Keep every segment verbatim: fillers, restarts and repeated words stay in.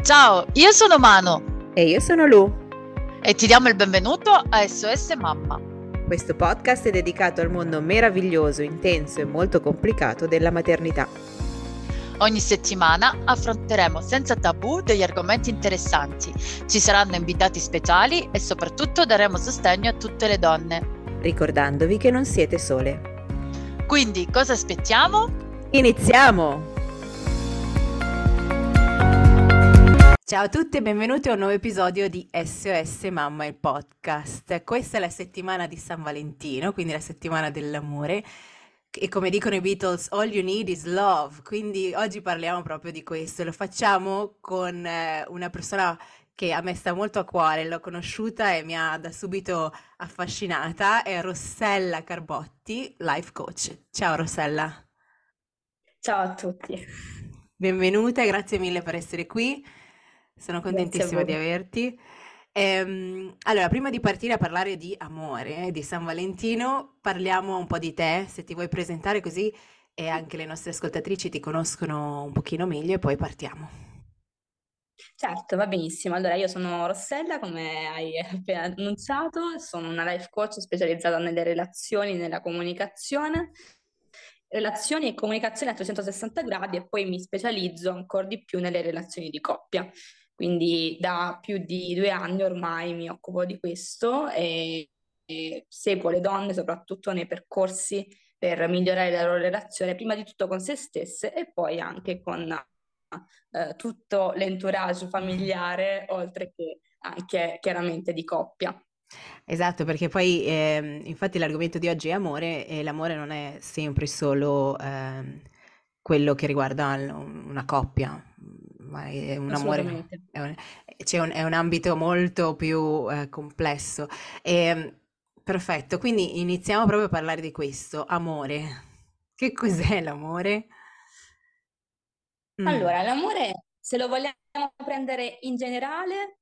Ciao, io sono Mano E io sono Lu. e ti diamo il benvenuto a S O S Mamma. Questo podcast è dedicato al mondo meraviglioso, intenso e molto complicato della maternità. Ogni settimana affronteremo senza tabù degli argomenti interessanti, ci saranno invitati speciali e soprattutto daremo sostegno a tutte le donne. Ricordandovi che non siete sole. Quindi cosa aspettiamo? Iniziamo! Ciao a tutti e benvenuti a un nuovo episodio di S O S Mamma, il podcast. Questa è la settimana di San Valentino, quindi la settimana dell'amore. E come dicono i Beatles, all you need is love. Quindi oggi parliamo proprio di questo. Lo facciamo con eh, una persona che a me sta molto a cuore. L'ho conosciuta e mi ha da subito affascinata. È Rossella Carbotti, life coach. Ciao Rossella. Ciao a tutti, Benvenuta e grazie mille per essere qui. Sono grazie a contentissima di voi. averti. Ehm, allora, prima di partire a parlare di amore, eh, di San Valentino, parliamo un po' di te, se ti vuoi presentare così e anche le nostre ascoltatrici ti conoscono un pochino meglio e poi partiamo. Certo, va benissimo. Allora, io sono Rossella, come hai appena annunciato, sono una life coach specializzata nelle relazioni, nella comunicazione, relazioni e comunicazione a trecentosessanta gradi e poi mi specializzo ancora di più nelle relazioni di coppia. Quindi da più di due anni ormai mi occupo di questo e, e seguo le donne soprattutto nei percorsi per migliorare la loro relazione, prima di tutto con se stesse e poi anche con eh, tutto l'entourage familiare, oltre che anche chiaramente di coppia. Esatto, perché poi ehm, infatti l'argomento di oggi è amore e l'amore non è sempre solo ehm, quello che riguarda l- una coppia, ma è un amore, Assolutamente. è un, c'è un- è un ambito molto più eh, complesso. Ehm, perfetto, quindi iniziamo proprio a parlare di questo, amore. Che cos'è l'amore? Mm, Allora, l'amore, se lo vogliamo prendere in generale,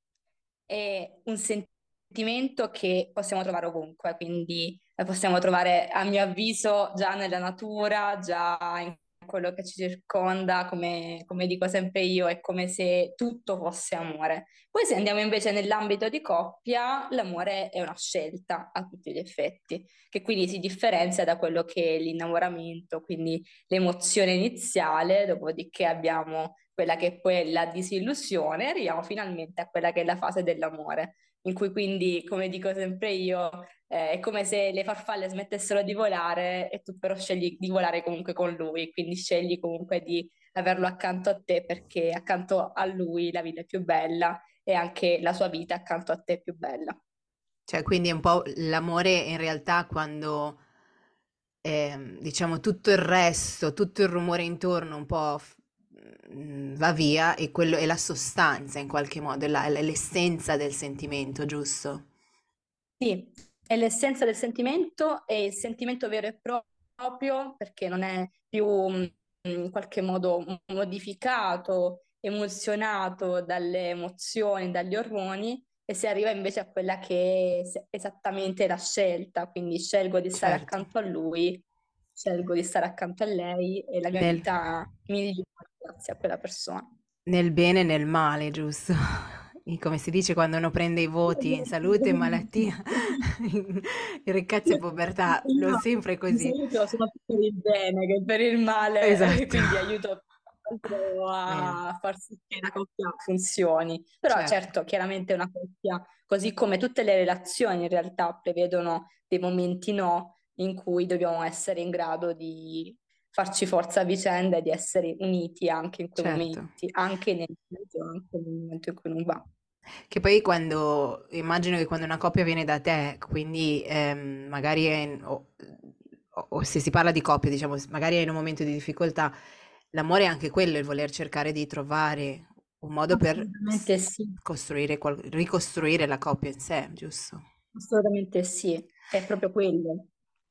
è un sentimento che possiamo trovare ovunque, quindi lo possiamo trovare, a mio avviso, già nella natura, già in quello che ci circonda, come, come dico sempre io, è come se tutto fosse amore. Poi se andiamo invece nell'ambito di coppia, l'amore è una scelta a tutti gli effetti, che quindi si differenzia da quello che è l'innamoramento, quindi l'emozione iniziale, dopodiché abbiamo quella che poi è la disillusione, arriviamo finalmente a quella che è la fase dell'amore, in cui quindi, come dico sempre io, eh, è come se le farfalle smettessero di volare e tu però scegli di volare comunque con lui, quindi scegli comunque di averlo accanto a te perché accanto a lui la vita è più bella e anche la sua vita accanto a te è più bella. cioè, quindi è un po' l'amore in realtà quando ehm, diciamo tutto il resto, tutto il rumore intorno un po' f- mm, va via e quello è la sostanza in qualche modo, è la- è l'essenza del sentimento, giusto? Sì, è l'essenza del sentimento e il sentimento vero e proprio perché non è più mh, in qualche modo modificato, emulsionato dalle emozioni, dagli ormoni e si arriva invece a quella che è se- esattamente la scelta, quindi scelgo di stare Certo. accanto a lui, scelgo di stare accanto a lei e la mia Nel, vita migliora grazie a quella persona. nel bene e nel male, giusto? E come si dice quando uno prende i voti in salute e malattia, in ricchezza e povertà, l'ho Io sempre di così. solito sono più per il bene che per il male, Esatto. quindi aiuto tanto Bene, a far sì che la coppia funzioni. Però certo. certo, chiaramente una coppia, così come tutte le relazioni in realtà prevedono dei momenti no, in cui dobbiamo essere in grado di farci forza a vicenda e di essere uniti anche in quei Certo. momenti, anche nel anche nel momento in cui non va. Che poi quando, immagino che quando una coppia viene da te, quindi ehm, magari è in- o, o- o se si parla di coppia, diciamo, s- magari è in un momento di difficoltà, l'amore è anche quello, il voler cercare di trovare un modo per s- Assolutamente sì. costruire, qual- ricostruire la coppia in sé, giusto? Assolutamente sì, è proprio quello.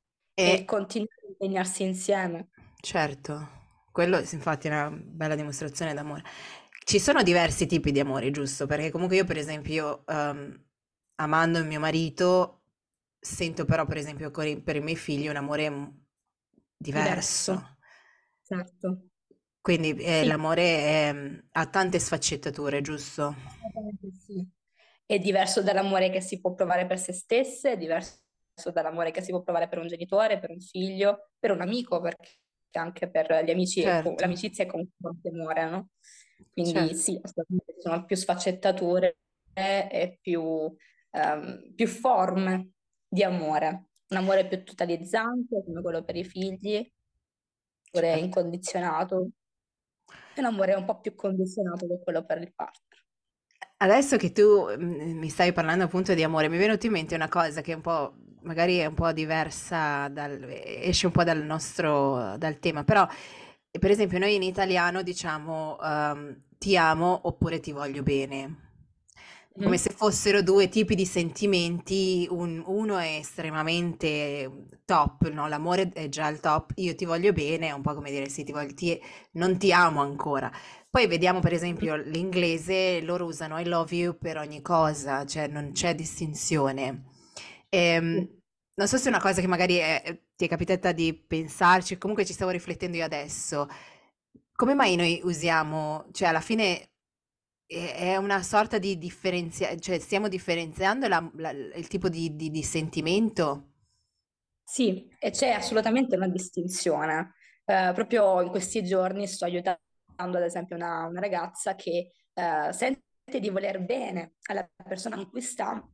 E E continuare a impegnarsi insieme. certo, quello s- infatti è una bella dimostrazione d'amore. Ci sono diversi tipi di amore, giusto? Perché comunque io, per esempio, ehm, amando il mio marito, sento però, per esempio, con i- per i miei figli un amore m- Diverso, diverso. certo. Quindi eh, Sì, l'amore è- ha tante sfaccettature, giusto? assolutamente sì. È diverso dall'amore che si può provare per se stesse, è diverso dall'amore che si può provare per un genitore, per un figlio, per un amico, perché anche per gli amici è co- Certo, l'amicizia è comunque un amore, no? Quindi certo. sì, assolutamente ci sono più sfaccettature e più, ehm, più forme di amore. Un amore più totalizzante, come quello per i figli, amore Certo. incondizionato, e un amore un po' più condizionato che quello per il partner. Adesso che tu mm, mi stai parlando appunto di amore, mi è venuta in mente una cosa che è un po', magari è un po' diversa, dal, esce un po' dal nostro, dal tema, però per esempio noi in italiano diciamo ehm, ti amo oppure ti voglio bene, come Mhm. se fossero due tipi di sentimenti, un- uno è estremamente top, no? L'amore è già al top, io ti voglio bene, è un po' come dire sì, ti voglio, ti- non ti amo ancora. Poi vediamo per esempio l'inglese, loro usano I love you per ogni cosa, cioè non c'è distinzione. Ehm, Sì. non so se è una cosa che magari è- ti è capitata di pensarci, comunque ci stavo riflettendo io adesso. Come mai noi usiamo, cioè alla fine è è una sorta di differenzia, cioè stiamo differenziando la- la- il tipo di, di- di sentimento? Sì, e c'è assolutamente una distinzione. Eh, proprio in questi giorni sto aiutando ad esempio una, una ragazza che eh, sente di voler bene alla persona con cui sta,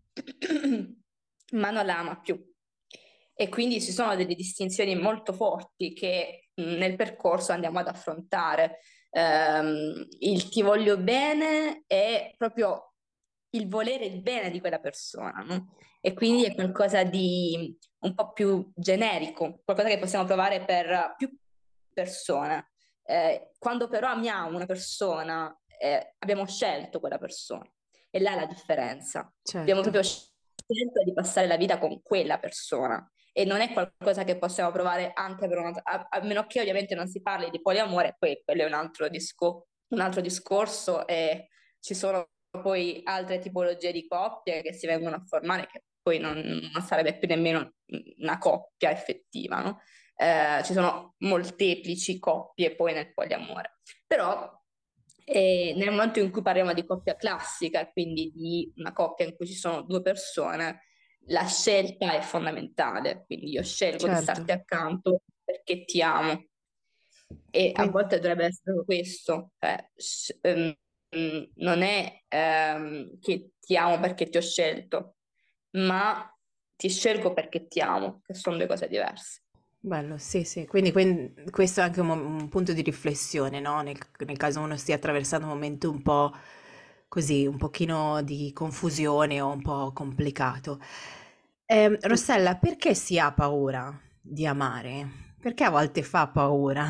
ma non la ama più. E quindi ci sono delle distinzioni molto forti che mh, nel percorso andiamo ad affrontare. Ehm, il ti voglio bene è proprio il volere il bene di quella persona, no? E quindi è qualcosa di un po' più generico, qualcosa che possiamo provare per più persone. Eh, quando però amiamo una persona, eh, abbiamo scelto quella persona e là è la differenza. Abbiamo Certo, proprio scelto di passare la vita con quella persona e non è qualcosa che possiamo provare anche per un'altra, a, a meno che ovviamente non si parli di poliamore, poi quello è un altro, disco- un altro discorso e ci sono poi altre tipologie di coppie che si vengono a formare che poi non, non sarebbe più nemmeno una coppia effettiva, no? Eh, ci sono molteplici coppie poi nel poliamore. Però eh, nel momento in cui parliamo di coppia classica, quindi di una coppia in cui ci sono due persone, la scelta è fondamentale. Quindi io scelgo di certo. starti accanto perché ti amo. E a Quindi, volte dovrebbe essere proprio questo, cioè, s- ehm, mm, non è ehm, che ti amo perché ti ho scelto, ma ti scelgo perché ti amo, che sono due cose diverse. bello, sì, sì. Quindi, quindi questo è anche un, mo- un punto di riflessione, no? Nel, nel caso uno stia attraversando un momento un po' così, un pochino di confusione o un po' complicato. Ehm, Rossella, perché si ha paura di amare? Perché a volte fa paura?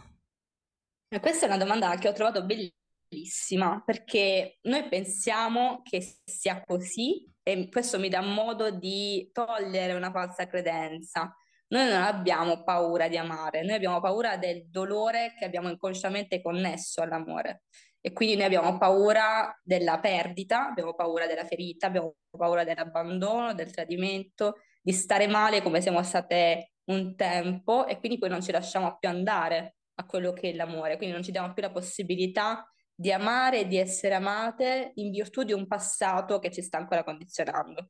E questa è una domanda che ho trovato bellissima, perché noi pensiamo che sia così e questo mi dà modo di togliere una falsa credenza. Noi non abbiamo paura di amare, noi abbiamo paura del dolore che abbiamo inconsciamente connesso all'amore. E quindi noi abbiamo paura della perdita, abbiamo paura della ferita, abbiamo paura dell'abbandono, del tradimento, di stare male come siamo state un tempo e quindi poi non ci lasciamo più andare a quello che è l'amore, quindi non ci diamo più la possibilità di amare e di essere amate in virtù di un passato che ci sta ancora condizionando.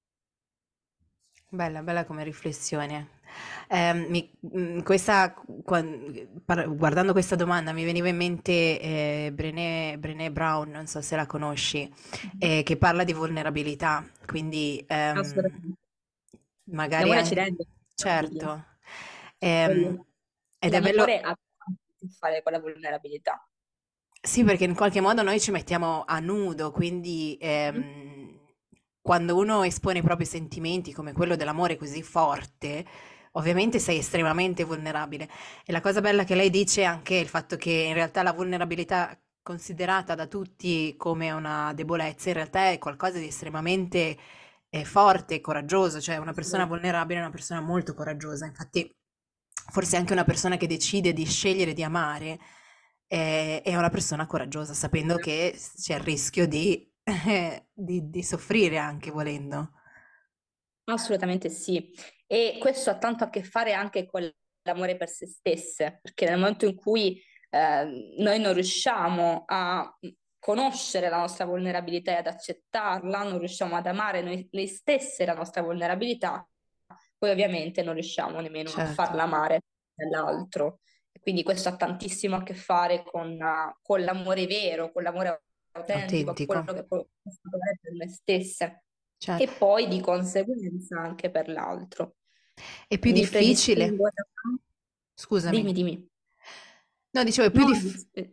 Bella, bella come riflessione. Ehm, mi- mh, questa, quan- par- guardando questa domanda mi veniva in mente eh, Brené, Brené Brown, non so se la conosci, Mhm. eh, che parla di vulnerabilità, quindi ehm, Assolutamente. magari L'amore ci anche, rende vulnerabili. certo. Ehm, ed è bello, L'amore ha tanto a che fare con la vulnerabilità. sì, perché in qualche modo noi ci mettiamo a nudo, quindi Mhm. ehm, quando uno espone i propri sentimenti come quello dell'amore così forte, ovviamente sei estremamente vulnerabile. E la cosa bella che lei dice è anche il fatto che in realtà la vulnerabilità considerata da tutti come una debolezza, in realtà è qualcosa di estremamente eh, forte e coraggioso, cioè una persona Assolutamente. vulnerabile è una persona molto coraggiosa. Infatti, forse anche una persona che decide di scegliere di amare è, è una persona coraggiosa, sapendo che c'è il rischio di, di, di soffrire anche volendo. Assolutamente sì. E questo ha tanto a che fare anche con l'amore per se stesse, perché nel momento in cui eh, noi non riusciamo a conoscere la nostra vulnerabilità e ad accettarla, non riusciamo ad amare noi, noi stesse la nostra vulnerabilità, poi ovviamente non riusciamo nemmeno a certo, farla amare dall'altro. E quindi questo ha tantissimo a che fare con, uh, con l'amore vero, con l'amore autentico, autentico, quello che poi possiamo trovare per noi stesse certo. e poi di conseguenza anche per l'altro. È più Mi difficile, predispongo a... scusami. Dimmi, dimmi. No, dicevo, è più, No, dif- eh,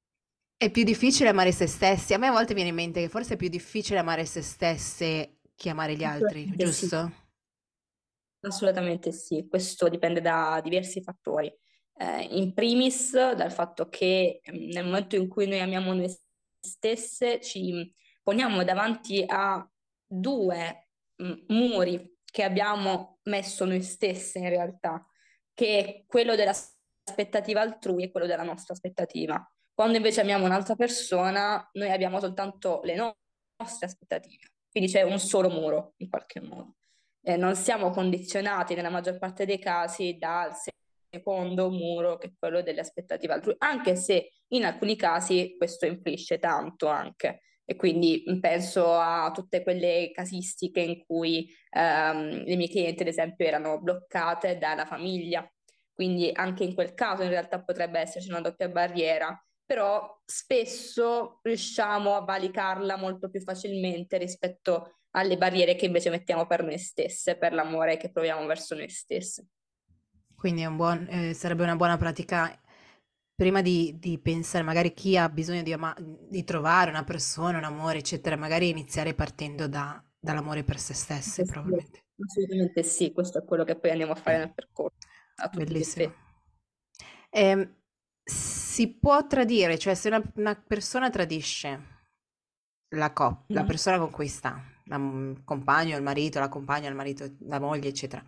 è più difficile amare se stessi. A me a volte viene in mente che forse è più difficile amare se stesse che amare gli altri, assolutamente sì. giusto? Assolutamente sì, questo dipende da diversi fattori. Eh, in primis dal fatto che ehm, nel momento in cui noi amiamo noi stesse ci poniamo davanti a due mm, muri che abbiamo messo noi stesse in realtà, che è quello dell'aspettativa altrui e quello della nostra aspettativa. Quando invece amiamo un'altra persona, noi abbiamo soltanto le no- nostre aspettative, quindi c'è un solo muro in qualche modo. Eh, non siamo condizionati nella maggior parte dei casi dal secondo muro, che è quello delle aspettative altrui, anche se in alcuni casi questo influisce tanto anche. E quindi mh, penso a tutte quelle casistiche in cui ehm, le mie clienti, ad esempio, erano bloccate dalla famiglia. Quindi anche in quel caso in realtà potrebbe esserci una doppia barriera, però spesso riusciamo a valicarla molto più facilmente rispetto alle barriere che invece mettiamo per noi stesse, per l'amore che proviamo verso noi stesse. Quindi è un buon, eh, sarebbe una buona pratica prima di, di pensare, magari chi ha bisogno di, ama- di trovare una persona, un amore, eccetera, magari iniziare partendo da- dall'amore per se stesse, Questo- probabilmente. Assolutamente sì, questo è quello che poi andiamo a fare nel percorso, a tutti gli Bellissimo. effetti. Ehm, si può tradire, cioè se una, una persona tradisce la, cop- la Mhm. persona con cui sta, la- il compagno, il marito, la compagna, il marito, la moglie, eccetera,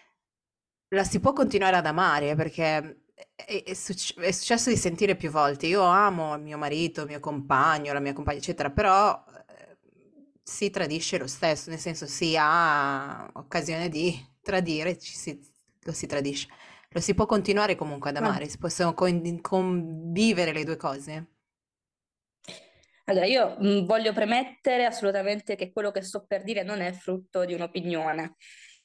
la si può continuare ad amare perché è, è succe- è successo di sentire più volte, io amo il mio marito, il mio compagno, la mia compagna, eccetera, però eh, si tradisce lo stesso, nel senso si ha occasione di tradire, ci si- lo si tradisce. Lo si può continuare comunque ad Ah, amare, si possono con- convivere le due cose. allora, io mh, voglio premettere assolutamente che quello che sto per dire non è frutto di un'opinione,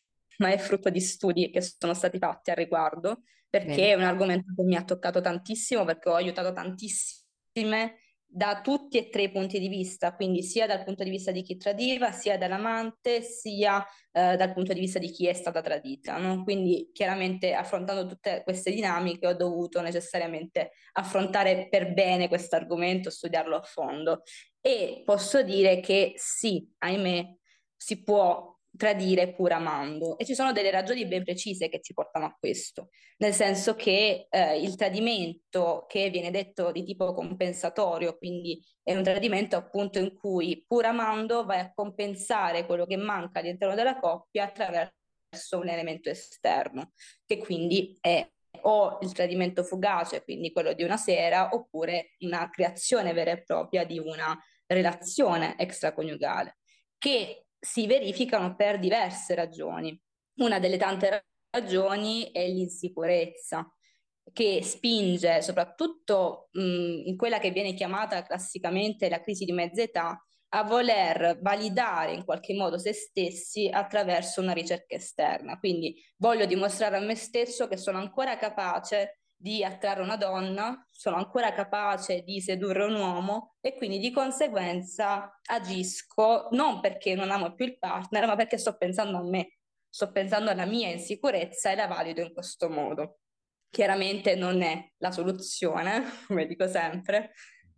ma è frutto di studi che sono stati fatti al riguardo, perché Bene. è un argomento che mi ha toccato tantissimo, perché ho aiutato tantissime da tutti e tre i punti di vista, quindi sia dal punto di vista di chi tradiva, sia dall'amante, sia eh, dal punto di vista di chi è stata tradita, no? Quindi chiaramente affrontando tutte queste dinamiche ho dovuto necessariamente affrontare per bene questo argomento, studiarlo a fondo e posso dire che sì, ahimè, si può tradire pur amando e ci sono delle ragioni ben precise che ci portano a questo, nel senso che eh, il tradimento che viene detto di tipo compensatorio, quindi è un tradimento appunto in cui pur amando vai a compensare quello che manca all'interno della coppia attraverso un elemento esterno, che quindi è o il tradimento fugace, quindi quello di una sera, oppure una creazione vera e propria di una relazione extraconiugale, che si verificano per diverse ragioni. Una delle tante ragioni è l'insicurezza, che spinge soprattutto mh, in quella che viene chiamata classicamente la crisi di mezza età a voler validare in qualche modo se stessi attraverso una ricerca esterna. Quindi voglio dimostrare a me stesso che sono ancora capace di attrarre una donna, sono ancora capace di sedurre un uomo e quindi di conseguenza agisco non perché non amo più il partner, ma perché sto pensando a me, sto pensando alla mia insicurezza e la valido in questo modo. Chiaramente non è la soluzione, come dico sempre,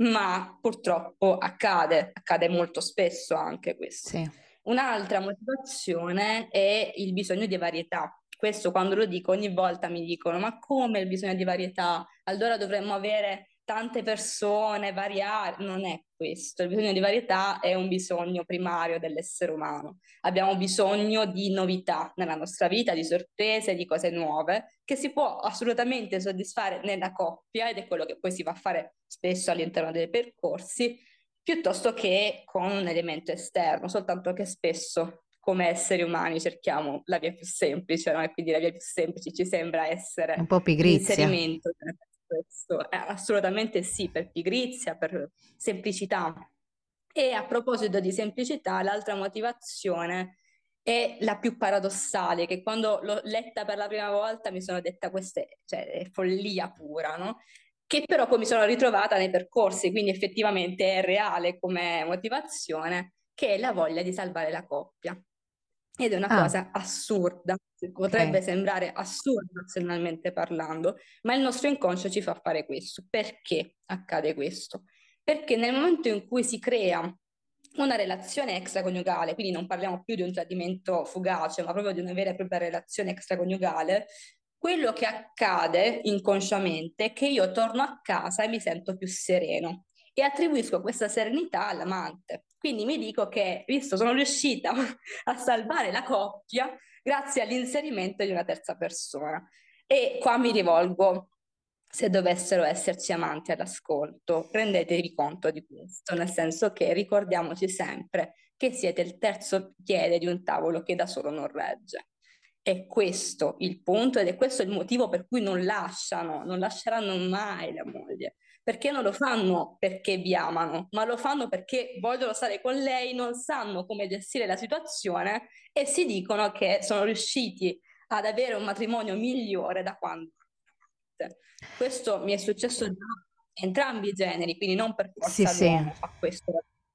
ma purtroppo accade, accade molto spesso anche questo. Sì. Un'altra motivazione è il bisogno di varietà. Questo quando lo dico ogni volta mi dicono: ma come il bisogno di varietà? Allora dovremmo avere tante persone, variare. Non è questo. Il bisogno di varietà è un bisogno primario dell'essere umano. Abbiamo bisogno di novità nella nostra vita, di sorprese, di cose nuove, che si può assolutamente soddisfare nella coppia ed è quello che poi si va a fare spesso all'interno dei percorsi, piuttosto che con un elemento esterno, soltanto che spesso come esseri umani cerchiamo la via più semplice, no? E quindi la via più semplice ci sembra È un essere po' pigrizia. l'inserimento. questo? Eh, assolutamente sì, per pigrizia, per semplicità. E a proposito di semplicità, l'altra motivazione è la più paradossale, che quando l'ho letta per la prima volta mi sono detta questa è, cioè, è follia pura, no? Che però poi mi sono ritrovata nei percorsi, quindi effettivamente è reale come motivazione, che è la voglia di salvare la coppia. Ed è una Ah, cosa assurda, potrebbe ok. sembrare assurda razionalmente parlando, ma il nostro inconscio ci fa fare questo. Perché accade questo? Perché nel momento in cui si crea una relazione extraconiugale, quindi non parliamo più di un tradimento fugace, ma proprio di una vera e propria relazione extraconiugale, quello che accade inconsciamente è che io torno a casa e mi sento più sereno e attribuisco questa serenità all'amante. Quindi mi dico che, visto, sono riuscita a salvare la coppia grazie all'inserimento di una terza persona. E qua mi rivolgo, se dovessero esserci amanti all'ascolto, rendetevi conto di questo, nel senso che ricordiamoci sempre che siete il terzo piede di un tavolo che da solo non regge. È questo il punto ed è questo il motivo per cui non lasciano, non lasceranno mai la moglie, perché non lo fanno perché vi amano, ma lo fanno perché vogliono stare con lei, non sanno come gestire la situazione e si dicono che sono riusciti ad avere un matrimonio migliore da quando. Questo mi è successo già a entrambi i generi, quindi non per Sì, forza sì, l'uomo fa questo.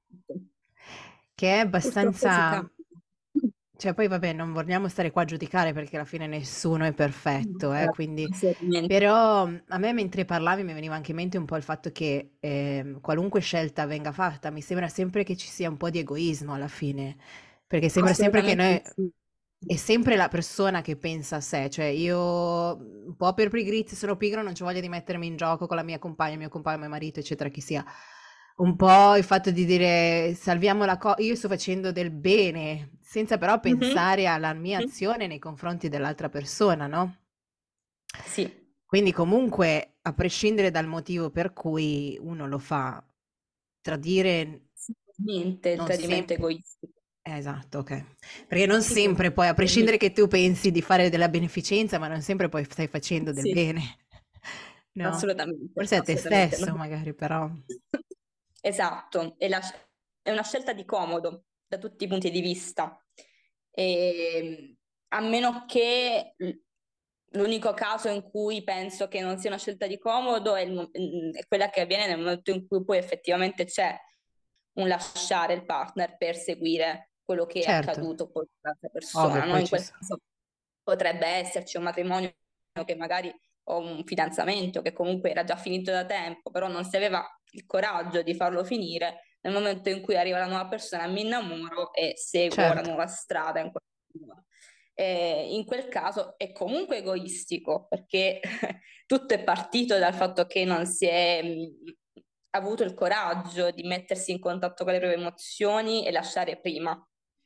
che è Purtroppo ci abbastanza... capita. Cioè, poi vabbè, non vogliamo stare qua a giudicare perché alla fine nessuno è perfetto, eh, Certo, quindi... assolutamente. Però mh, a me mentre parlavi mi veniva anche in mente un po' il fatto che ehm, qualunque scelta venga fatta, mi sembra sempre che ci sia un po' di egoismo alla fine, perché sembra sempre che Assolutamente noi... sì. È sempre la persona che pensa a sé, cioè io un po' per pigrizia sono pigro, non c'ho voglia di mettermi in gioco con la mia compagna, il mio compagno, il mio marito, eccetera, chi sia. Un po' il fatto di dire salviamo la cosa, io sto facendo del bene, senza però Mhm. pensare alla mia Mhm. azione nei confronti dell'altra persona, no? Sì, Quindi comunque, a prescindere dal motivo per cui uno lo fa, tradire sicuramente il non tradimento sempre... egoistico. Eh, esatto, ok. Perché non sempre poi, a prescindere Sicuramente. che tu pensi di fare della beneficenza, ma non sempre poi stai facendo del Sì, bene, no? assolutamente, Forse a te assolutamente. No. stesso magari, però... Esatto, è, la- è una scelta di comodo da tutti i punti di vista. E, a meno che l- l'unico caso in cui penso che non sia una scelta di comodo è, il mo- è quella che avviene nel momento in cui poi effettivamente c'è un lasciare il partner per seguire quello che è Certo, accaduto con l'altra ovvio, persona, no? poi In ci quel sono. caso potrebbe esserci un matrimonio che magari o un fidanzamento che comunque era già finito da tempo, però non si aveva il coraggio di farlo finire. Nel momento in cui arriva la nuova persona, mi innamoro e seguo la Certo, nuova strada in quel modo. Eh, in quel caso è comunque egoistico perché tutto è partito dal fatto che non si è mh, avuto il coraggio di mettersi in contatto con le proprie emozioni e lasciare prima.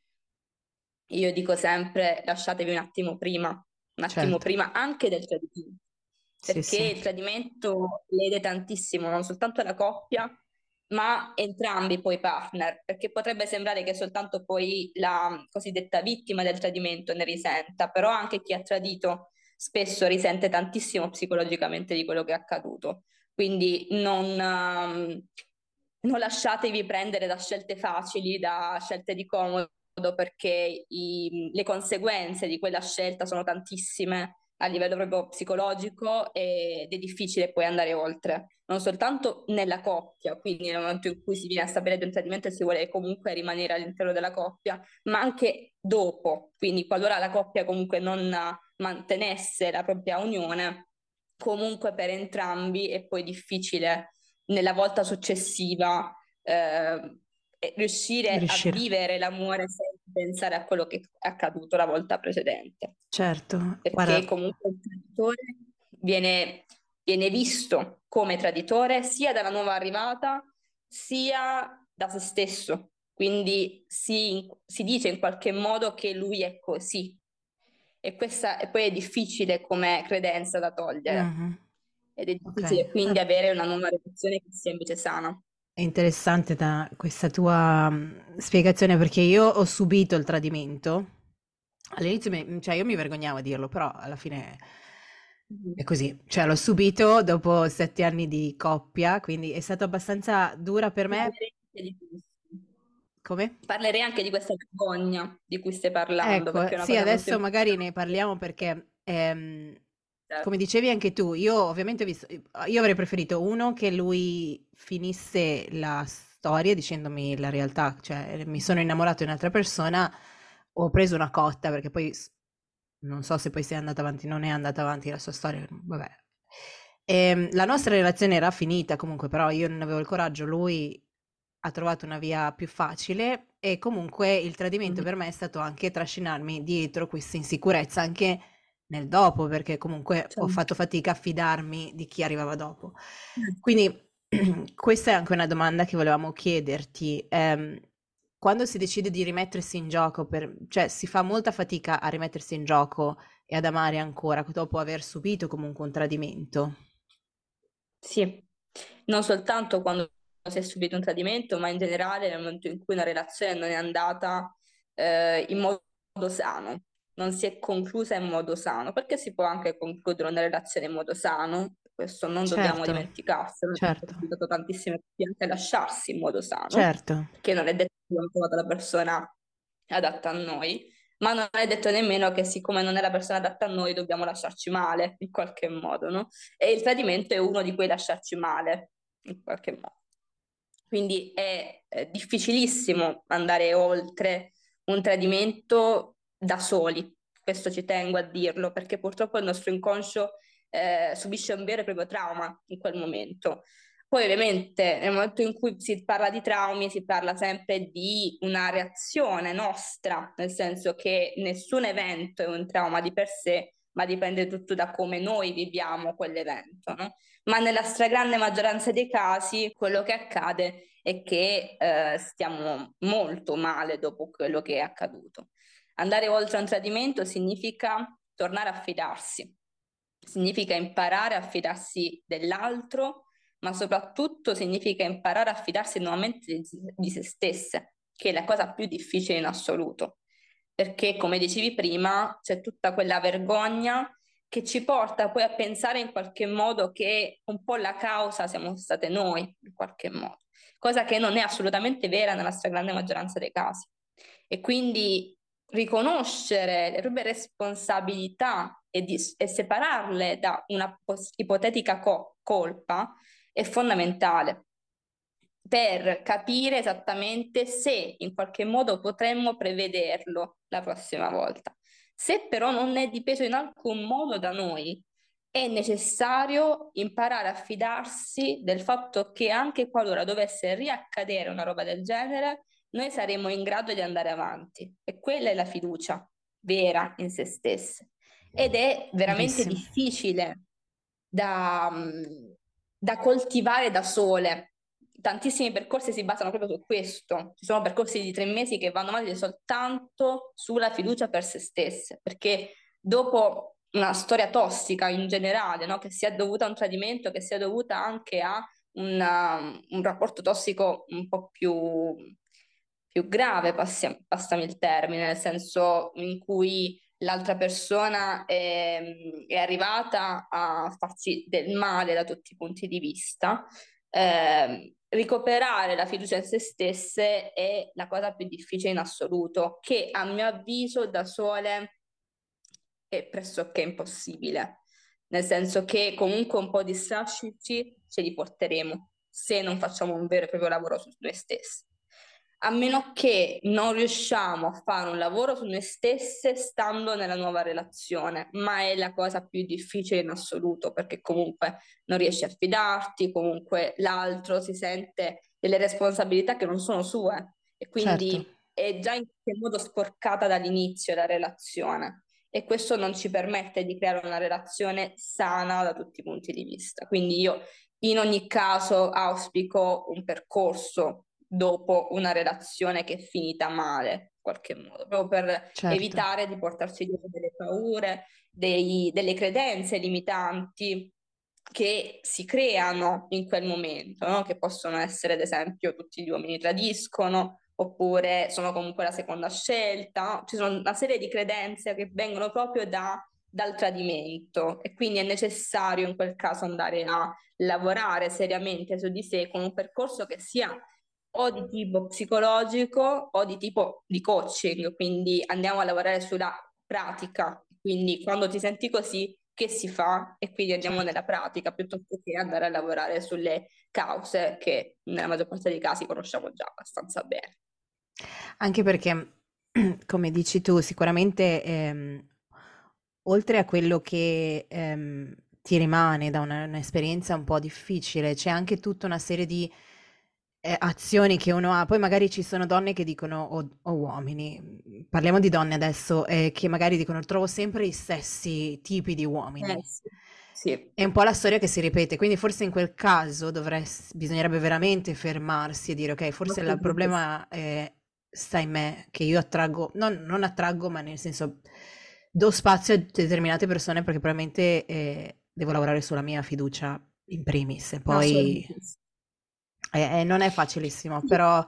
Io dico sempre lasciatevi un attimo prima, un attimo certo. prima anche del tradimento, Sì, perché sì. il tradimento lede tantissimo, non soltanto la coppia, ma entrambi poi i partner, perché potrebbe sembrare che soltanto poi la cosiddetta vittima del tradimento ne risenta, però anche chi ha tradito spesso risente tantissimo psicologicamente di quello che è accaduto. Quindi non, ehm, non lasciatevi prendere da scelte facili, da scelte di comodo, perché i- le conseguenze di quella scelta sono tantissime a livello proprio psicologico ed è difficile poi andare oltre, non soltanto nella coppia, quindi nel momento in cui si viene a sapere di un tradimento e si vuole comunque rimanere all'interno della coppia, ma anche dopo, quindi qualora la coppia comunque non mantenesse la propria unione, comunque per entrambi è poi difficile nella volta successiva eh, riuscire a Riuscire. vivere l'amore senza pensare a quello che è accaduto la volta precedente. Certo, Perché guarda, comunque il traditore viene, viene visto come traditore sia dalla nuova arrivata sia da se stesso. Quindi si, si dice in qualche modo che lui è così. E questa e poi è difficile come credenza da togliere. mhm, Ed è ok. difficile quindi Ah, avere una nuova relazione che sia invece sana. è interessante da questa tua mm, spiegazione perché io ho subito il tradimento. All'inizio, mi- cioè io mi vergognavo a dirlo, però alla fine Mhm. E così, cioè l'ho subito dopo sette anni di coppia, quindi è stato abbastanza dura per me. Parlerei anche di questo. Come? Parlerei anche di questa vergogna di cui stai parlando, Ecco, perché è una sì, cosa molto adesso magari ne importante. parliamo perché, ehm, come Certo. dicevi anche tu, io ovviamente ho visto, io avrei preferito uno che lui finisse la storia dicendomi la realtà, cioè mi sono innamorato di un'altra persona, ho preso una cotta perché poi s- non so se poi sia andata avanti, non è andata avanti la sua storia, vabbè. Ehm, la nostra relazione era finita comunque, però io non avevo il coraggio, lui ha trovato una via più facile e comunque il tradimento Mhm. per me è stato anche trascinarmi dietro questa insicurezza anche nel dopo, perché comunque ho fatto Certo. fatica a fidarmi di chi arrivava dopo. Quindi questa è anche una domanda che volevamo chiederti. Ehm, quando si decide di rimettersi in gioco, per, cioè si fa molta fatica a rimettersi in gioco e ad amare ancora dopo aver subito comunque un tradimento. Sì, non soltanto quando si è subito un tradimento, ma in generale nel momento in cui una relazione non è andata eh, in modo sano, non si è conclusa in modo sano, perché si può anche concludere una relazione in modo sano, questo non dobbiamo Certo, dimenticarselo, è certo, capitato tantissime coppie anche a lasciarsi in modo sano, certo, perché non è detto che abbiamo trovato la persona adatta a noi, ma non è detto nemmeno che siccome non è la persona adatta a noi dobbiamo lasciarci male in qualche modo, no? E il tradimento è uno di quei lasciarci male, in qualche modo. Quindi è, è difficilissimo andare oltre un tradimento da soli, questo ci tengo a dirlo, perché purtroppo il nostro inconscio eh, subisce un vero e proprio trauma in quel momento. Poi ovviamente nel momento in cui si parla di traumi si parla sempre di una reazione nostra, nel senso che nessun evento è un trauma di per sé, ma dipende tutto da come noi viviamo quell'evento, no? Ma nella stragrande maggioranza dei casi quello che accade è che eh, stiamo molto male dopo quello che è accaduto. Andare oltre un tradimento significa tornare a fidarsi, significa imparare a fidarsi dell'altro, ma soprattutto significa imparare a fidarsi nuovamente di, di se stesse, che è la cosa più difficile in assoluto. Perché, come dicevi prima, c'è tutta quella vergogna che ci porta poi a pensare in qualche modo che un po' la causa siamo state noi, in qualche modo, cosa che non è assolutamente vera nella stragrande maggioranza dei casi. E quindi riconoscere le proprie responsabilità e, di- e separarle da una pos- ipotetica co- colpa è fondamentale per capire esattamente se in qualche modo potremmo prevederlo la prossima volta. Se però non è dipeso in alcun modo da noi, è necessario imparare a fidarsi del fatto che anche qualora dovesse riaccadere una roba del genere, noi saremo in grado di andare avanti. E quella è la fiducia vera in se stesse. Ed è veramente verissimo. difficile da, mm, da coltivare da sole. Tantissimi percorsi si basano proprio su questo. Ci sono percorsi di tre mesi che vanno avanti soltanto sulla fiducia per se stesse, perché dopo una storia tossica in generale, no? Che sia dovuta a un tradimento, che sia dovuta anche a una- un rapporto tossico un po' più, più grave, passi- passami il termine, nel senso in cui l'altra persona è, è arrivata a farci del male da tutti i punti di vista. Eh, recuperare la fiducia in se stesse è la cosa più difficile in assoluto, che a mio avviso da sole è pressoché impossibile, nel senso che comunque un po' di strascici ce li porteremo se non facciamo un vero e proprio lavoro su noi stessi. A meno che non riusciamo a fare un lavoro su noi stesse stando nella nuova relazione, ma è la cosa più difficile in assoluto perché comunque non riesci a fidarti, comunque l'altro si sente delle responsabilità che non sono sue e Certo, quindi è già in qualche modo sporcata dall'inizio la relazione e questo non ci permette di creare una relazione sana da tutti i punti di vista. Quindi io in ogni caso auspico un percorso dopo una relazione che è finita male, in qualche modo, proprio per certo, evitare di portarci dietro delle paure, dei- delle credenze limitanti che si creano in quel momento, no? Che possono essere, ad esempio, tutti gli uomini tradiscono, oppure sono comunque la seconda scelta, no? Ci sono una serie di credenze che vengono proprio da dal tradimento e quindi è necessario in quel caso andare a lavorare seriamente su di sé con un percorso che sia o di tipo psicologico o di tipo di coaching, quindi andiamo a lavorare sulla pratica, quindi quando ti senti così, che si fa? E quindi andiamo Certo. nella pratica piuttosto che andare a lavorare sulle cause che nella maggior parte dei casi conosciamo già abbastanza bene. Anche perché, come dici tu, sicuramente ehm, oltre a quello che ehm, ti rimane da una- un'esperienza un po' difficile, c'è anche tutta una serie di eh, azioni che uno ha. Poi magari ci sono donne che dicono, o, o uomini, parliamo di donne adesso, eh, che magari dicono trovo sempre i stessi tipi di Eh uomini. sì, sì, È un po' la storia che si ripete, quindi forse in quel caso dovress- bisognerebbe veramente fermarsi e dire, ok, forse il assolutamente sì. problema è- sta in me, che io attraggo, non, non attraggo, ma nel senso do spazio a determinate persone perché probabilmente eh, devo lavorare sulla mia fiducia in primis, e poi Assolutamente sì. eh, eh, non è facilissimo, Sì, però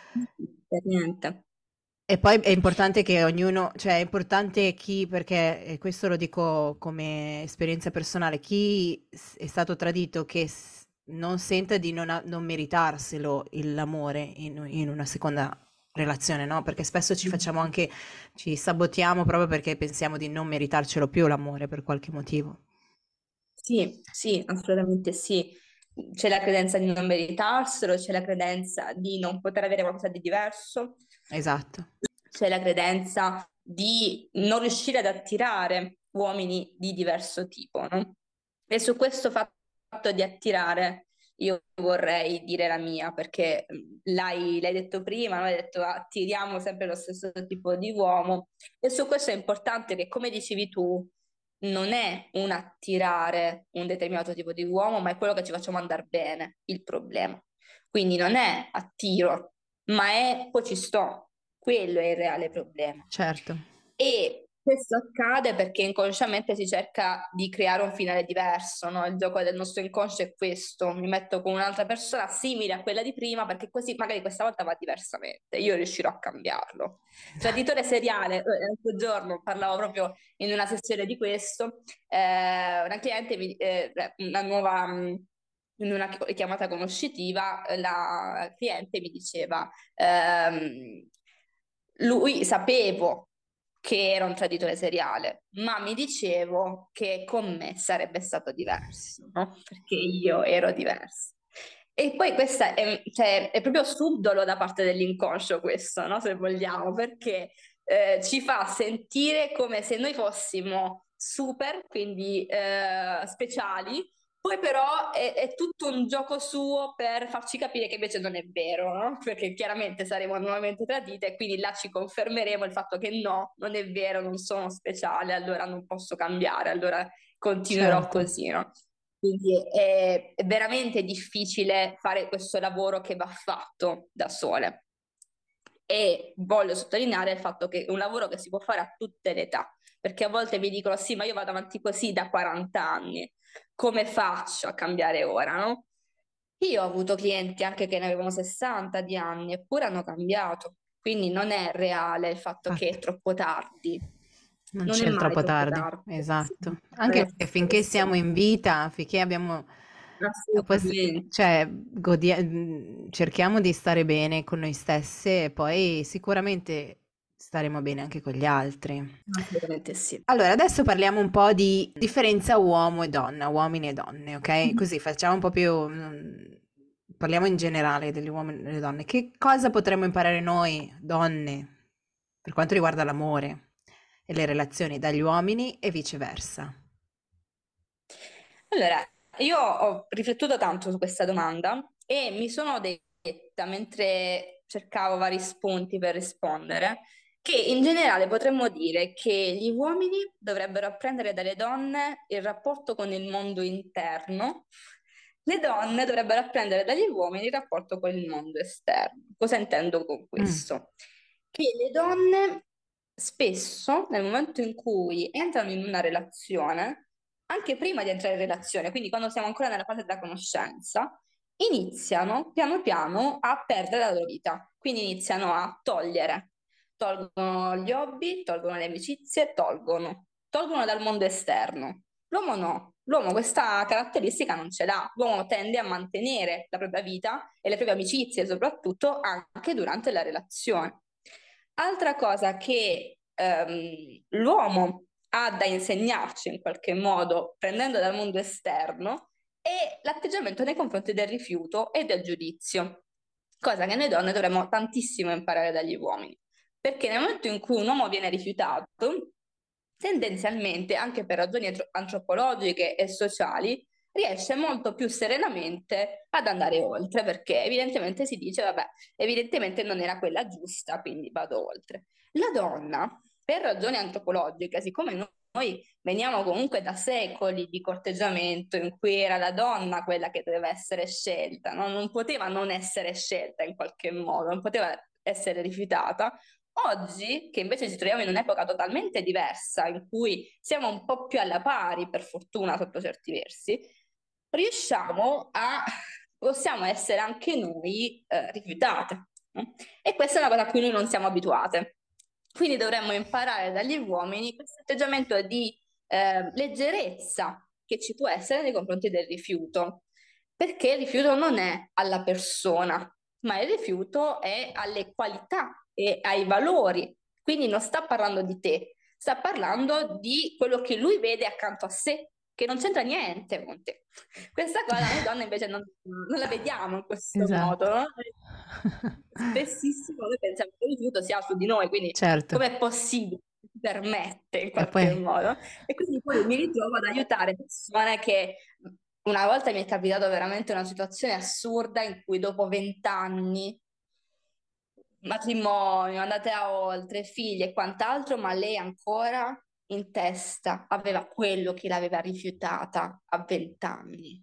per niente. e poi è importante che ognuno, cioè è importante chi, perché e questo lo dico come esperienza personale, chi s- è stato tradito che s- non senta di non, a- non meritarselo il- l'amore in, in una seconda relazione, no? Perché spesso ci facciamo anche, ci sabotiamo proprio perché pensiamo di non meritarcelo più l'amore per qualche motivo. Sì, sì, assolutamente sì. C'è la credenza di non meritarselo, c'è la credenza di non poter avere qualcosa di diverso, Esatto, c'è la credenza di non riuscire ad attirare uomini di diverso tipo, no? E su questo fatto di attirare, io vorrei dire la mia, perché mh, l'hai l'hai detto prima, no? Hai detto attiriamo sempre lo stesso tipo di uomo, e su questo è importante che, come dicevi tu, non è un attirare un determinato tipo di uomo, ma è quello che ci facciamo andare bene, il problema. Quindi non è attiro, ma è poi ci sto. Quello è il reale problema. certo, E questo accade perché inconsciamente si cerca di creare un finale diverso, no? Il gioco del nostro inconscio è questo: mi metto con un'altra persona simile a quella di prima perché così magari questa volta va diversamente, io riuscirò a cambiarlo. Traditore seriale, eh, l'altro giorno parlavo proprio in una sessione di questo, eh, una cliente, mi- eh, una nuova... mh, in una chi- chiamata conoscitiva, eh, la cliente mi diceva, ehm, lui sapevo che era un traditore seriale, ma mi dicevo che con me sarebbe stato diverso, no? Perché io ero diversa. E poi questa è, cioè, è proprio subdolo da parte dell'inconscio questo, no? Se vogliamo, perché eh, ci fa sentire come se noi fossimo super, quindi eh, speciali, poi però è, è tutto un gioco suo per farci capire che invece non è vero, no? Perché chiaramente saremo nuovamente tradite e quindi là ci confermeremo il fatto che no, non è vero, non sono speciale, allora non posso cambiare, allora continuerò certo. così, no? Quindi è, è veramente difficile fare questo lavoro che va fatto da sole. E voglio sottolineare il fatto che è un lavoro che si può fare a tutte le età, perché a volte mi dicono sì, ma io vado avanti così da quaranta anni, come faccio a cambiare ora, no? Io ho avuto clienti anche che ne avevano sessanta di anni, eppure hanno cambiato, quindi non è reale il fatto che è Infatti. troppo tardi, Non non è c'è il mai troppo troppo tardi, tardi. esatto. Anche Eh, perché finché questo- siamo in vita, finché abbiamo, pos- Assolutamente, cioè, godi- mm, cerchiamo di stare bene con noi stesse e poi sicuramente staremo bene anche con gli altri. assolutamente sì. Allora, adesso parliamo un po' di differenza uomo e donna, uomini e donne, ok? Così facciamo un po' più, mm, parliamo in generale degli uomini e delle donne. Che cosa potremmo imparare noi, donne, per quanto riguarda l'amore e le relazioni dagli uomini e viceversa? Allora, io ho riflettuto tanto su questa domanda e mi sono detta, mentre cercavo vari spunti per rispondere, che in generale potremmo dire che gli uomini dovrebbero apprendere dalle donne il rapporto con il mondo interno, le donne dovrebbero apprendere dagli uomini il rapporto con il mondo esterno. Cosa intendo con Mm, questo? Che le donne spesso, nel momento in cui entrano in una relazione, anche prima di entrare in relazione, quindi quando siamo ancora nella fase della conoscenza, iniziano piano piano a perdere la loro vita. Quindi iniziano a togliere, tolgono gli hobby, tolgono le amicizie, tolgono, tolgono dal mondo esterno. L'uomo no, l'uomo questa caratteristica non ce l'ha. L'uomo tende a mantenere la propria vita e le proprie amicizie, soprattutto anche durante la relazione. Altra cosa che ehm, l'uomo ha da insegnarci in qualche modo, prendendo dal mondo esterno, è l'atteggiamento nei confronti del rifiuto e del giudizio, cosa che noi donne dovremmo tantissimo imparare dagli uomini, perché nel momento in cui un uomo viene rifiutato, tendenzialmente, anche per ragioni antro- antropologiche e sociali, riesce molto più serenamente ad andare oltre, perché evidentemente si dice, vabbè, evidentemente non era quella giusta, quindi vado oltre. La donna, per ragioni antropologiche, siccome no- noi veniamo comunque da secoli di corteggiamento in cui era la donna quella che doveva essere scelta, no? Non poteva non essere scelta in qualche modo, non poteva essere rifiutata. Oggi, che invece ci troviamo in un'epoca totalmente diversa, in cui siamo un po' più alla pari, per fortuna, sotto certi versi, riusciamo a, possiamo essere anche noi eh, rifiutate. No? E questa è una cosa a cui noi non siamo abituate. Quindi dovremmo imparare dagli uomini questo atteggiamento di eh, leggerezza che ci può essere nei confronti del rifiuto, perché il rifiuto non è alla persona, ma il rifiuto è alle qualità e ai valori. Quindi non sta parlando di te, sta parlando di quello che lui vede accanto a sé, che non c'entra niente con te. Questa cosa noi donne invece non, non la vediamo in questo modo, Esatto. no? Spessissimo noi pensiamo che il rifiuto sia su di noi, quindi Certo. com'è possibile? Si permette in E poi qualche modo. E quindi poi mi ritrovo ad aiutare persone che una volta mi è capitato veramente una situazione assurda in cui dopo vent'anni, matrimonio, andate a oltre, figli e quant'altro, ma lei ancora in testa aveva quello che l'aveva rifiutata a vent'anni.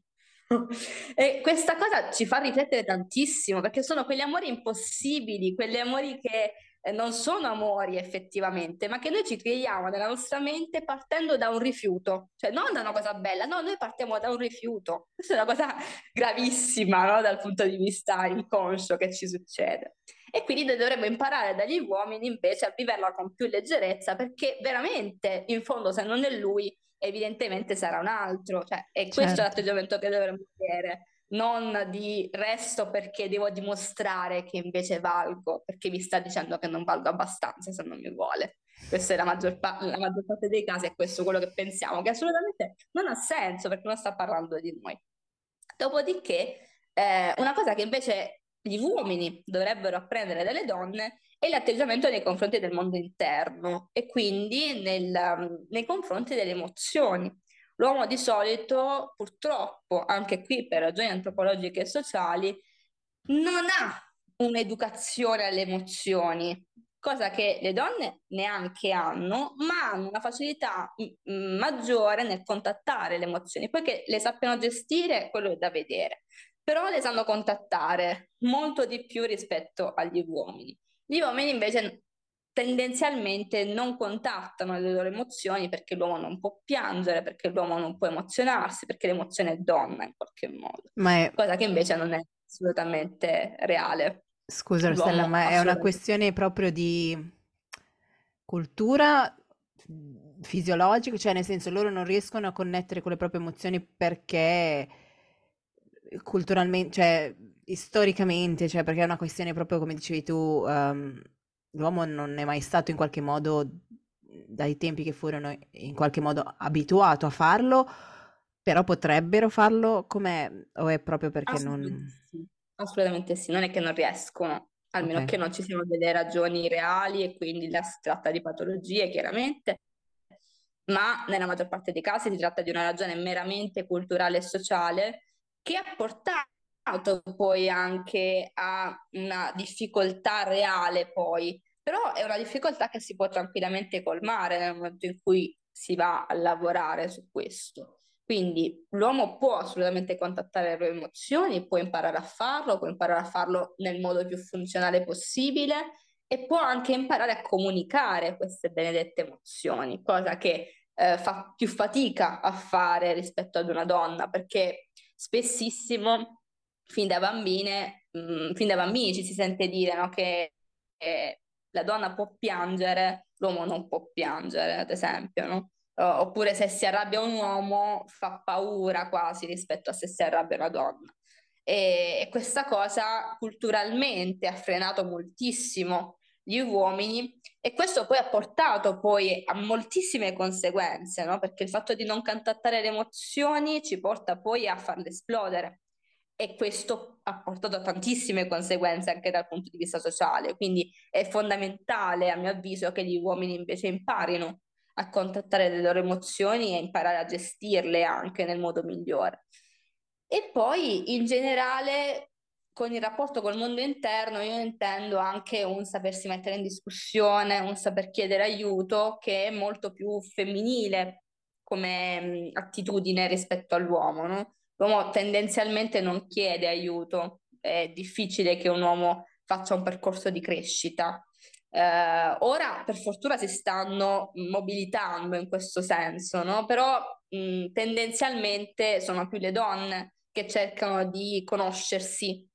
E questa cosa ci fa riflettere tantissimo perché sono quegli amori impossibili, quegli amori che eh, non sono amori effettivamente, ma che noi ci creiamo nella nostra mente partendo da un rifiuto, cioè non da una cosa bella, no, noi partiamo da un rifiuto. Questa è una cosa gravissima, no? Dal punto di vista inconscio che ci succede. E quindi noi dovremmo imparare dagli uomini invece a viverla con più leggerezza, perché veramente, in fondo, se non è lui, evidentemente sarà un altro. Cioè, e questo è certo. l'atteggiamento che dovremmo avere, non di resto perché devo dimostrare che invece valgo, perché mi sta dicendo che non valgo abbastanza se non mi vuole. Questa è la maggior, pa- la maggior parte dei casi, è questo quello che pensiamo, che assolutamente non ha senso perché non sta parlando di noi. Dopodiché, eh, una cosa che invece gli uomini dovrebbero apprendere dalle donne è l'atteggiamento nei confronti del mondo interno e quindi nel- nei confronti delle emozioni. L'uomo di solito, purtroppo, anche qui per ragioni antropologiche e sociali, non ha un'educazione alle emozioni, cosa che le donne neanche hanno, ma hanno una facilità m- m- maggiore nel contattare le emozioni, poiché le sappiano gestire, quello è da vedere, però le sanno contattare molto di più rispetto agli uomini. Gli uomini invece tendenzialmente non contattano le loro emozioni perché l'uomo non può piangere, perché l'uomo non può emozionarsi, perché l'emozione è donna in qualche modo, Ma è, cosa che invece non è assolutamente reale. scusa Rossella, L'uomo ma è una assolutamente. questione proprio di cultura mh, fisiologica, cioè nel senso loro non riescono a connettere con le proprie emozioni perché culturalmente, cioè storicamente, cioè perché è una questione proprio come dicevi tu, ehm, l'uomo non è mai stato in qualche modo, dai tempi che furono in qualche modo abituato a farlo, però potrebbero farlo come, o è proprio perché Assolutamente non... sì, assolutamente sì, non è che non riescono, Ok, almeno che non ci siano delle ragioni reali e quindi là si tratta di patologie chiaramente, ma nella maggior parte dei casi si tratta di una ragione meramente culturale e sociale che ha portato poi anche a una difficoltà reale poi, però è una difficoltà che si può tranquillamente colmare nel momento in cui si va a lavorare su questo. Quindi l'uomo può assolutamente contattare le proprie emozioni, può imparare a farlo, può imparare a farlo nel modo più funzionale possibile e può anche imparare a comunicare queste benedette emozioni, cosa che eh, fa più fatica a fare rispetto ad una donna, perché spessissimo, fin da bambine, mh, fin da bambini ci si sente dire, no, che eh, la donna può piangere, l'uomo non può piangere, ad esempio, no? Uh, oppure se si arrabbia un uomo fa paura quasi rispetto a se si arrabbia una donna. E, e questa cosa culturalmente ha frenato moltissimo gli uomini e questo poi ha portato poi a moltissime conseguenze, no? Perché il fatto di non contattare le emozioni ci porta poi a farle esplodere e questo ha portato a tantissime conseguenze anche dal punto di vista sociale, quindi è fondamentale a mio avviso che gli uomini invece imparino a contattare le loro emozioni e imparare a gestirle anche nel modo migliore. E poi in generale con il rapporto col mondo interno io intendo anche un sapersi mettere in discussione, un saper chiedere aiuto che è molto più femminile come mh, attitudine rispetto all'uomo, no? L'uomo tendenzialmente non chiede aiuto, è difficile che un uomo faccia un percorso di crescita. Eh, ora per fortuna si stanno mobilitando in questo senso, no? Però mh, tendenzialmente sono più le donne che cercano di conoscersi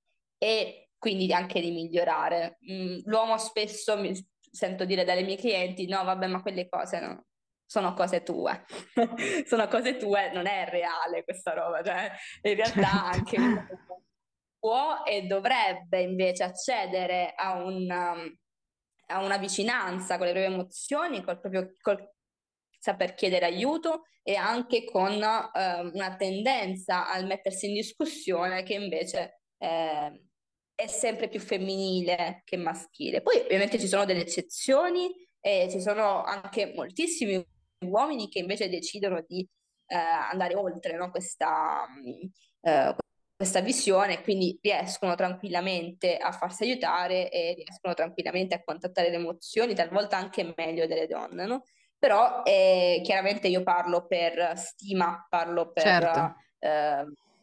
e quindi anche di migliorare. Mm, l'uomo spesso mi sento dire dalle mie clienti: no, vabbè, ma quelle cose no, sono cose tue. Sono cose tue, non è reale questa roba, cioè in realtà Certo. anche l'uomo può e dovrebbe invece accedere a un, um, a una vicinanza con le proprie emozioni, col proprio col saper chiedere aiuto e anche con eh, una tendenza al mettersi in discussione che invece eh, è sempre più femminile che maschile. Poi ovviamente ci sono delle eccezioni e ci sono anche moltissimi uomini che invece decidono di eh, andare oltre, no, questa, mh, eh, questa visione e quindi riescono tranquillamente a farsi aiutare e riescono tranquillamente a contattare le emozioni, talvolta anche meglio delle donne, no? Però eh, chiaramente io parlo per stima, parlo per Certo, eh,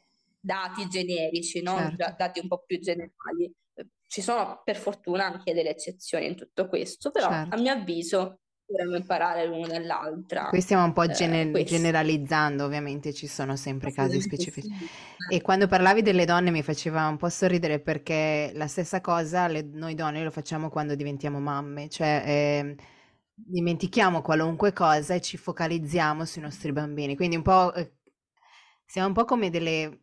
dati generici, no? certo, Da- dati un po' più generali. Ci sono per fortuna anche delle eccezioni in tutto questo, però a certo. mio avviso dovremmo imparare l'uno Qui dall'altra stiamo un po' eh, gene- questo. generalizzando, ovviamente ci sono sempre casi Assolutamente specifici. sì. E quando parlavi delle donne mi faceva un po' sorridere perché la stessa cosa le- noi donne lo facciamo quando diventiamo mamme, cioè ehm, dimentichiamo qualunque cosa e ci focalizziamo sui nostri bambini. Quindi un po' eh, siamo un po' come delle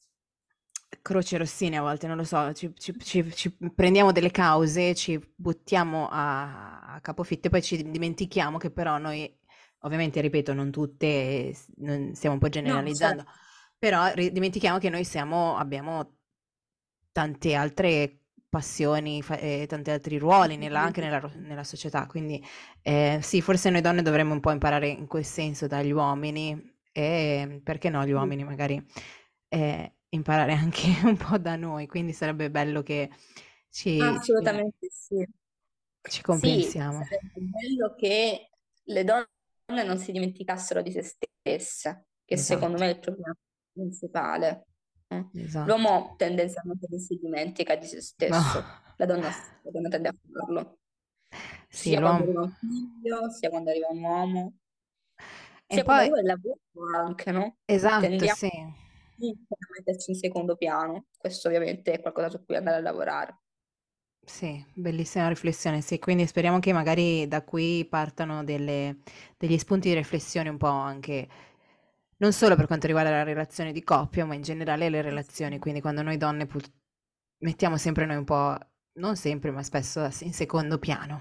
croce rossine a volte, non lo so, ci, ci- ci- ci prendiamo delle cause, ci buttiamo a, a capofitto e poi ci dimentichiamo che però noi, ovviamente, ripeto, non tutte, eh, s- non- stiamo un po' No, generalizzando, certo. però ri- dimentichiamo che noi siamo, abbiamo tante altre passioni, fa- e tanti altri ruoli nella- anche Assolutamente nella, ro- sì. nella società, quindi eh, sì, forse noi donne dovremmo un po' imparare in quel senso dagli uomini e perché no, gli Sì. uomini magari eh, imparare anche un po' da noi, quindi sarebbe bello che ci, ci, Assolutamente sì. ci Sì, compensiamo. sarebbe bello che le donne non si dimenticassero di se stesse, che secondo Esatto, me è il problema principale. eh. esatto. L'uomo tendenzialmente non si dimentica di se No. stesso, la donna, la donna tende a farlo, Sì, sia quando l'uomo. arriva un figlio, sia quando arriva un uomo, E sia quando poi, arriva il lavoro anche, no? esatto, Tendiamo sì. a metterci in secondo piano, questo ovviamente è qualcosa su cui andare a lavorare. Sì, bellissima riflessione, sì, quindi speriamo che magari da qui partano delle- degli spunti di riflessione un po' anche, non solo per quanto riguarda la relazione di coppia, ma in generale le relazioni, quindi quando noi donne pur- mettiamo sempre noi un po', non sempre, ma spesso in secondo piano.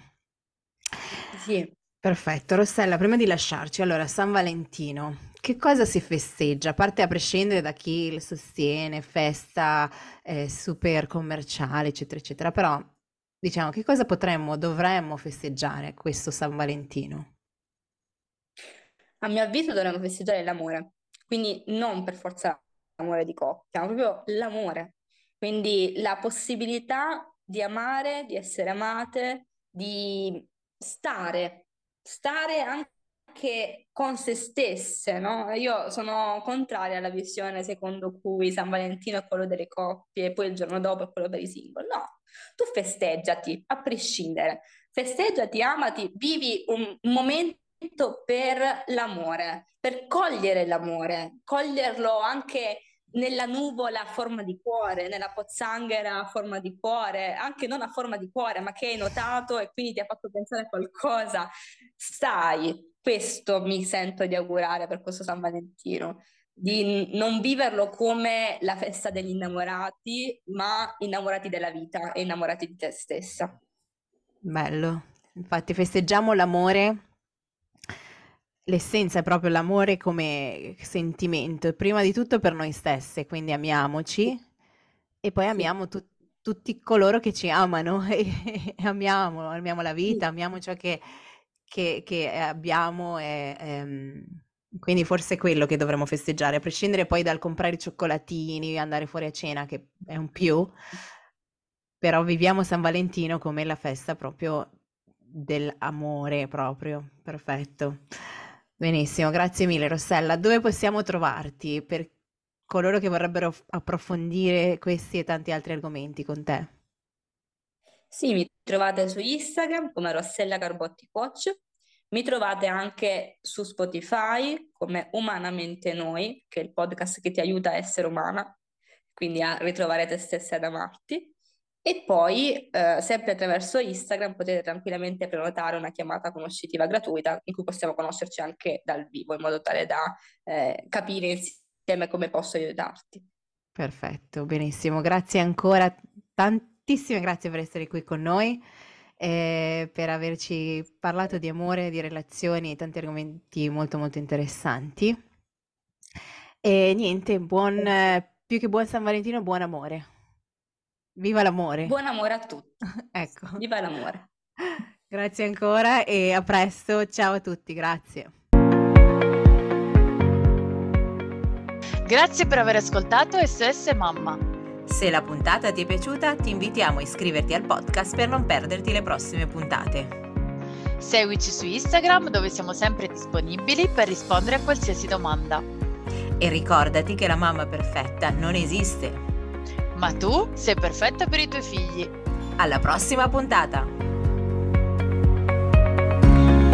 Sì. Perfetto, Rossella, prima di lasciarci, allora, San Valentino, che cosa si festeggia? A parte a prescindere da chi le sostiene, festa eh, super commerciale, eccetera, eccetera, però diciamo che cosa potremmo, dovremmo festeggiare questo San Valentino? A mio avviso dovremmo festeggiare l'amore, quindi non per forza l'amore di coppia, ma proprio l'amore. Quindi la possibilità di amare, di essere amate, di stare, stare anche con se stesse, no? Io sono contraria alla visione secondo cui San Valentino è quello delle coppie e poi il giorno dopo è quello per i singoli. No, tu festeggiati, a prescindere. Festeggiati, amati, vivi un un momento per l'amore, per cogliere l'amore, coglierlo anche nella nuvola a forma di cuore, nella pozzanghera a forma di cuore, anche non a forma di cuore, ma che hai notato e quindi ti ha fatto pensare a qualcosa. Stai, questo mi sento di augurare per questo San Valentino, di non viverlo come la festa degli innamorati, ma innamorati della vita e innamorati di te stessa. Bello, infatti festeggiamo l'amore, l'essenza è proprio l'amore come sentimento, prima di tutto per noi stesse, quindi amiamoci e poi Sì. amiamo tu- tutti coloro che ci amano e, e amiamo, amiamo la vita, Sì. amiamo ciò che, che- che abbiamo e, ehm, quindi forse è quello che dovremmo festeggiare, a prescindere poi dal comprare i cioccolatini, andare fuori a cena, che è un più, però viviamo San Valentino come la festa proprio dell'amore proprio. Perfetto. Benissimo, grazie mille Rossella. Dove possiamo trovarti per coloro che vorrebbero f- approfondire questi e tanti altri argomenti con te? Sì, mi trovate su Instagram come Rossella Carbotti Coach, mi trovate anche su Spotify come Umanamente Noi, che è il podcast che ti aiuta a essere umana, quindi a ritrovare te stessa ed amarti. E poi, eh, sempre attraverso Instagram, potete tranquillamente prenotare una chiamata conoscitiva gratuita in cui possiamo conoscerci anche dal vivo, in modo tale da eh, capire insieme come posso aiutarti. Perfetto, benissimo. Grazie ancora, tantissime grazie per essere qui con noi e per averci parlato di amore, di relazioni, tanti argomenti molto molto interessanti. E niente, buon, eh, più che buon San Valentino, buon amore. Viva l'amore. Buon amore a tutti. Ecco. Viva l'amore. Grazie ancora e a presto. Ciao a tutti, grazie. Grazie per aver ascoltato S O S Mamma. Se la puntata ti è piaciuta, ti invitiamo a iscriverti al podcast per non perderti le prossime puntate. Seguici su Instagram dove siamo sempre disponibili per rispondere a qualsiasi domanda. E ricordati che la mamma perfetta non esiste. Ma tu sei perfetta per i tuoi figli. Alla prossima puntata!